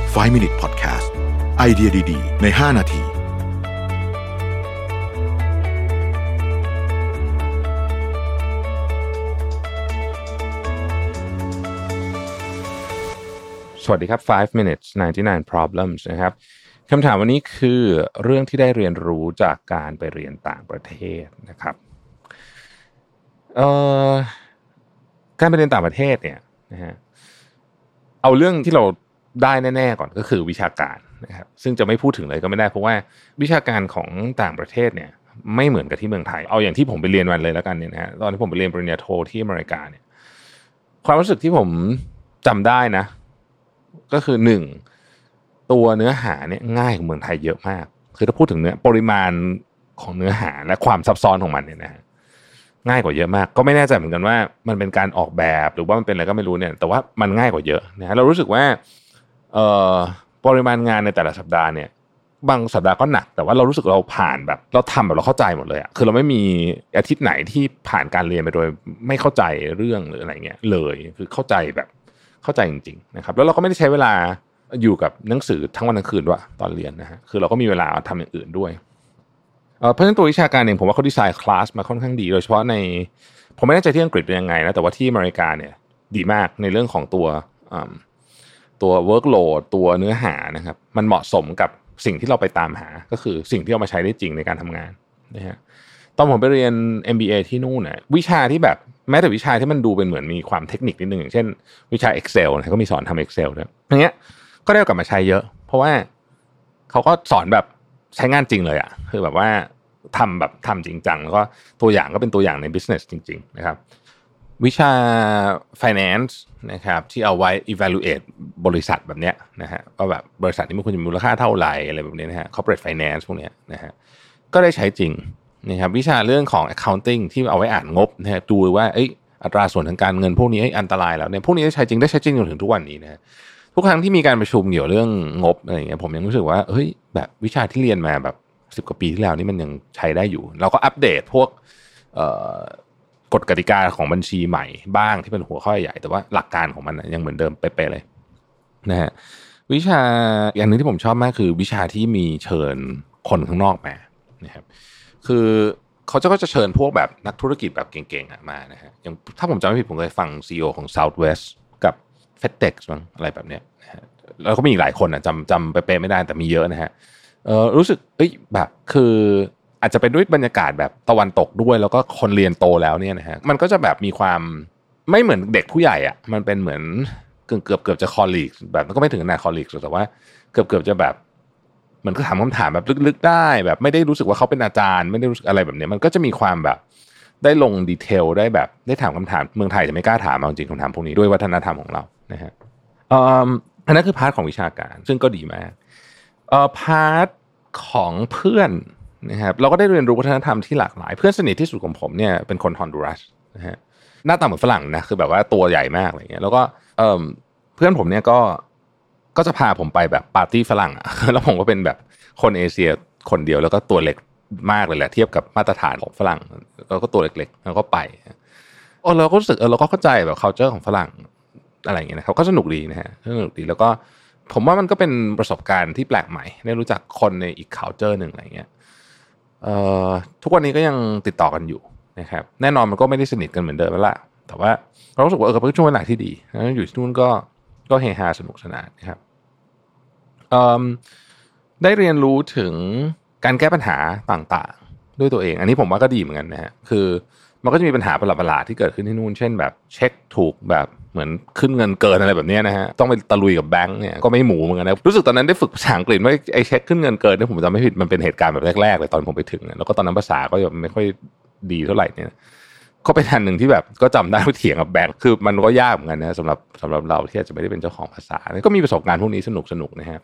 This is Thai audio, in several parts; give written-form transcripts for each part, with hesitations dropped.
5 Minute Podcast ไอเดียดีๆใน5นาทีสวัสดีครับ5 minutes 99 problems นะครับคำถามวันนี้คือเรื่องที่ได้เรียนรู้จากการไปเรียนต่างประเทศนะครับการไปเรียนต่างประเทศเนี่ยนะฮะเอาเรื่องที่เราได้แน่ๆก่อนก็คือวิชาการนะครับซึ่งจะไม่พูดถึงเลยก็ไม่ได้เพราะว่าวิชาการของต่างประเทศเนี่ยไม่เหมือนกับที่เมืองไทยเอาอย่างที่ผมไปเรียนมันเลยแล้วกันเนี่ยนะฮะตอนที่ผมไปเรียนปริญญาโทที่อเมริกาเนี่ยความรู้สึกที่ผมจำได้นะก็คือ1ตัวเนื้อหาเนี่ยง่ายกว่าเมืองไทยเยอะมากคือถ้าพูดถึงปริมาณของเนื้อหาและความซับซ้อนของมันเนี่ยนะง่ายกว่าเยอะมากก็ไม่แน่ใจเหมือนกันว่ามันเป็นการออกแบบหรือว่ามันเป็นอะไรก็ไม่รู้เนี่ยแต่ว่ามันง่ายกว่าเยอะนะเรารู้สึกว่าปริมาณงานในแต่ละสัปดาห์เนี่ยบางสัปดาห์ก็หนักแต่ว่าเรารู้สึกเราผ่านแบบเราทำแบบเราเข้าใจหมดเลยอะคือเราไม่มีอาทิตย์ไหนที่ผ่านการเรียนไปโดยไม่เข้าใจเรื่องหรืออะไรเงี้ยเลยคือเข้าใจแบบเข้าใจจริงๆนะครับแล้วเราก็ไม่ได้ใช้เวลาอยู่กับหนังสือทั้งวันทั้งคืนด้วยตอนเรียนนะฮะคือเราก็มีเวลาทำอย่างอื่นด้วยเพราะฉะนั้นตัววิชาการเองผมว่าเขาดีไซน์คลาสมาค่อนข้างดีโดยเฉพาะในผมไม่แน่ใจที่อังกฤษเป็นยังไงนะแต่ว่าที่อเมริกาเนี่ยดีมากในเรื่องของตัว workload ตัวเนื้อหานะครับมันเหมาะสมกับสิ่งที่เราไปตามหาก็คือสิ่งที่เอามาใช้ได้จริงในการทำงานนะฮะตอนผมไปเรียน MBA ที่นู่นน่ะวิชาที่แบบแม้แต่วิชาที่มันดูเป็นเหมือนมีความเทคนิคนิดนึงอย่างเช่นวิชา Excel นะก็มีสอนทำ Excel ด้วยอย่างเงี้ยก็ได้กลับมาใช้เยอะเพราะว่าเขาก็สอนแบบใช้งานจริงเลยอ่ะคือแบบว่าทำจริงจังแล้วก็ตัวอย่างก็เป็นตัวอย่างใน business จริงๆนะครับวิชา finance นะครับที่เอาไว้ evaluate บริษัทแบบเนี้ยนะฮะว่าแบบบริษัทนี้มันควรจะมีมูลค่าเท่าไหร่อะไรแบบนี้นะฮะ corporate finance พวกเนี้ยนะฮะก็ได้ใช้จริงนะครับวิชาเรื่องของ accounting ที่เอาไว้อ่านงบนะฮะดูว่าอัตราส่วนทางการเงินพวกนี้อันตรายแล้วเนี่ยพวกนี้ได้ใช้จริงจนถึงทุกวันนี้นะทุกครั้งที่มีการประชุมเกี่ยวเรื่องงบอะไรอย่างเงี้ยผมยังรู้สึกว่าเฮ้ยแบบวิชาที่เรียนมาแบบ10 กว่าปีที่แล้วนี่มันยังใช้ได้อยู่เราก็อัปเดตพวกกฎกติกาของบัญชีใหม่บ้างที่เป็นหัวข้อใหญ่แต่ว่าหลักการของมันยังเหมือนเดิมเป๊ะๆเลยนะฮะวิชาอย่างนึงที่ผมชอบมากคือวิชาที่มีเชิญคนข้างนอกมานะครับคือเขาก็จะเชิญพวกแบบนักธุรกิจแบบเก่งๆมานะฮะอย่างถ้าผมจำไม่ผิดผมเคยฟัง CEO ของ Southwest กับ FedEx มั้งอะไรแบบเนี้ยนะฮะแล้วก็มีอีกหลายคนนะจำเป๊ะๆไม่ได้แต่มีเยอะนะฮะรู้สึกแบบคืออาจจะเป็นด้วยบรรยากาศแบบตะวันตกด้วยแล้วก็คนเรียนโตแล้วเนี่ยนะฮะมันก็จะแบบมีความไม่เหมือนเด็กผู้ใหญ่อ่ะมันเป็นเหมือนเกือบจะคอลลีกแบบมันก็ไม่ถึงขนาดคอลลีกแต่ว่าเกือบจะแบบเหมือนก็ถามคำถามแบบลึกๆได้แบบไม่ได้รู้สึกว่าเขาเป็นอาจารย์ไม่ได้รู้สึกอะไรแบบนี้มันก็จะมีความแบบได้ลงดีเทลได้แบบได้ถามคำถามเมืองไทยจะไม่กล้าถามจริงคำถามพวกนี้ด้วยวัฒนธรรมของเรานะฮะอันนั้นคือพาร์ทของวิชาการซึ่งก็ดีมากพาร์ทของเพื่อนนะครับเราก็ได้เรียนรู้วัฒนธรรมที่หลากหลายเพื่อนสนิทที่สุดของผมเนี่ยเป็นคนฮอนดูรัสนะฮะหน้าตาเหมือนฝรั่งนะคือแบบว่าตัวใหญ่มากอะไรเงี้ยแล้วก็เพื่อนผมเนี่ยก็จะพาผมไปแบบปาร์ตี้ฝรั่งอ่ะแล้วผมก็เป็นแบบคนเอเชียคนเดียวแล้วก็ตัวเล็กมากเลยแหละเทียบกับมาตรฐานของฝรั่งเราก็ตัวเล็กๆแล้วก็ไปเราก็รู้สึกเราก็เข้าใจแบบ culture ของฝรั่งอะไรอย่างเงี้ยนะครับก็สนุกดีนะฮะสนุกดีแล้วก็ผมว่ามันก็เป็นประสบการณ์ที่แปลกใหม่ได้รู้จักคนในอีก culture หนึ่งอะไรเงี้ยทุกวันนี้ก็ยังติดต่อกันอยู่นะครับแน่นอนมันก็ไม่ได้สนิทกันเหมือนเดิมแล้วล่ะแต่ว่าเรารู้สึกว่าเป็นช่วงเวลาที่ดีอยู่ที่นู่นก็เฮฮาสนุกสนานนะครับได้เรียนรู้ถึงการแก้ปัญหาต่างๆด้วยตัวเองอันนี้ผมว่าก็ดีเหมือนกันนะฮะคือมันก็จะมีปัญหาประหลาดๆที่เกิดขึ้นที่นู่นเช่นแบบเช็คถูกแบบเหมือนขึ้นเงินเกินอะไรแบบนี้นะฮะต้องไปตะลุยกับแบงค์เนี่ยก็ไม่หมูเหมือนกันนะรู้สึกตอนนั้นได้ฝึกภาษาอังกฤษว่าไอ้เช็คขึ้นเงินเกินเนี่ยผมจำไม่ผิดมันเป็นเหตุการณ์แบบแรกๆเลยตอนผมไปถึงแล้วก็ตอนนั้นภาษาก็ยังไม่ค่อยดีเท่าไหร่เนี่ยก็เป็นอันหนึ่งที่แบบก็จำได้ว่าเถียงกับแบงค์คือมันก็ยากเหมือนกันนะสำหรับเราที่อาจจะไม่ได้เป็นเจ้าของภาษาก็มีประสบการณ์พวกนี้สนุกนะฮะ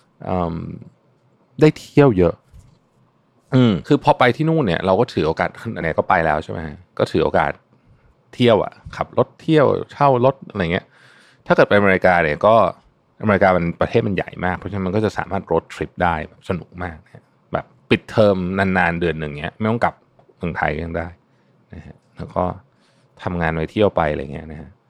ได้เที่ยวเยอะคือพอไปที่นู่นเนี่ยเราก็ถือโอกาสไหนก็ไปแล้วใช่ไหมก็ถือโอกาสเที่ยวอ่ะขับรถเที่ยวเช่ารถอะไรเงี้ยถ้าเกิดไปอเมริกาเนี่ยก็อเมริกามันประเทศมันใหญ่มากเพราะฉะนั้นมันก็จะสามารถรถทริปได้แบบสนุกมากนะแบบปิดเทอมนานๆเดือนหนึ่งเงี้ยไม่ต้องกลับเมืองไทยก็ได้นะฮะแล้วก็ทำงานไปเที่ยวไปอะไรเงี้ยนะฮะ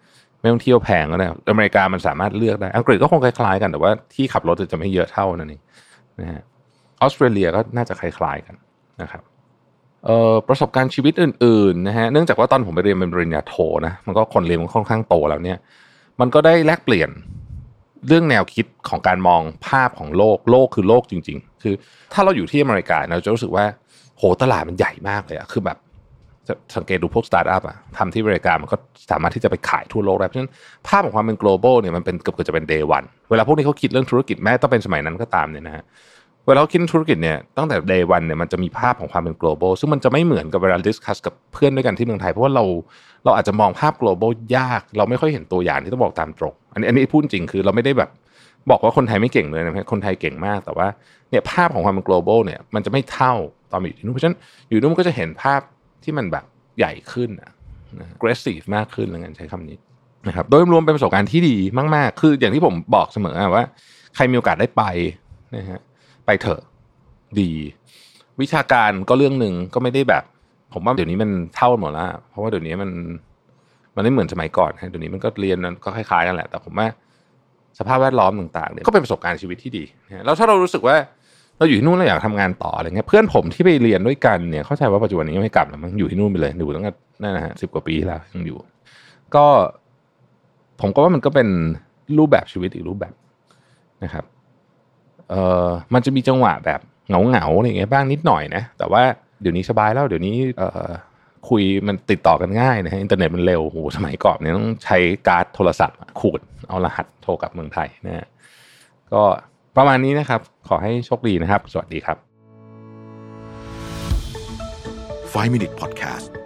ไม่ต้องเที่ยวแพงก็ได้อเมริกามันสามารถเลือกได้อังกฤษก็คงคล้ายๆกันแต่ว่าที่ขับรถจะไม่เยอะเท่านั่นเองนะฮะออสเตรเลียก็น่าจะคล้ายๆกันนะครับประสบการณ์ชีวิตอื่นๆนะฮะเนื่องจากว่าตอนผมไปเรียนเป็นปริญญาโทนะมันก็คนเรียนมันค่อนข้างโตแล้วเนี่ยมันก็ได้แลกเปลี่ยนเรื่องแนวคิดของการมองภาพของโลกคือโลกจริงๆคือถ้าเราอยู่ที่อเมริกาเราจะรู้สึกว่าโหตลาดมันใหญ่มากเลยอะคือแบบสังเกตดูพวกสตาร์ทอัพอะทำที่อเมริกามันก็สามารถที่จะไปขายทั่วโลกได้เพราะฉะนั้นภาพของความเป็น global เนี่ยมันเป็นเกือบจะเป็น day one เวลาพวกนี้เขาคิดเรื่องธุรกิจแม้ต้องเป็นสมัยนั้นก็ตามเนี่ยนะฮะเวลาเขาคิดธุรกิจเนี่ยตั้งแต่ day one เนี่ยมันจะมีภาพของความเป็น global ซึ่งมันจะไม่เหมือนกับเวลา discuss กับเพื่อนด้วยกันที่เมืองไทยเพราะว่าเราอาจจะมองภาพ global ยากเราไม่ค่อยเห็นตัวอย่างที่ต้องบอกตามตรงอันนี้พูดจริงคือเราไม่ได้แบบบอกว่าคนไทยไม่เก่งเลยนะคนไทยเก่งมากแต่ว่าเนี่ยภาพของความเป็น global เนี่ยมันจะไม่เท่าตอนอยู่ที่นู่นเพราะฉะนั้นอยู่นู่นก็จะเห็นภาพที่มันแบบใหญ่ขึ้นนะ aggressive มากขึ้นอะไรเงี้ยใช้คำนี้นะครับโดยรวมเป็นประสบการณ์ที่ดีมากๆคืออย่างที่ผมบอกเสมอว่าใครมีโอกาสได้ไปนะฮะไปเถอะดีวิชาการก็เรื่องนึงก็ไม่ได้แบบผมว่าเดี๋ยวนี้มันเท่าหมดแล้วเพราะว่าเดี๋ยวนี้มันไม่เหมือนสมัยก่อนเดี๋ยวนี้มันก็เรียนก็คล้ายๆกันแหละแต่ผมว่าสภาพแวดล้อมต่างๆเนี่ยก็เป็นประสบการณ์ชีวิตที่ดีแล้วถ้าเรารู้สึกว่าเราอยู่ที่นู่นเราอยากทำงานต่ออะไรเงี้ยเพื่อนผมที่ไปเรียนด้วยกันเนี่ยเข้าใจว่าปัจจุบันนี้ไม่กลับแล้วมั้งอยู่ที่นู่นไปเลยอยู่ตั้งแต่นั่นนะฮะ10 กว่าปีแล้วยังอยู่ก็ผมก็ว่ามันก็เป็นรูปแบบชีวิตอีกรูปแบบนะครับมันจะมีจังหวะแบบเหงาอะไรเงี้ยบ้างนิดหน่อยนะแต่ว่าเดี๋ยวนี้สบายแล้วเดี๋ยวนี้คุยมันติดต่อกันง่ายนะฮะอินเทอร์เน็ตมันเร็วโหสมัยก่อนเนี่ยต้องใช้การ์ดโทรศัพท์ขูดเอารหัสโทรกลับเมืองไทยนะฮะก็ประมาณนี้นะครับขอให้โชคดีนะครับสวัสดีครับ 5 Minute Podcast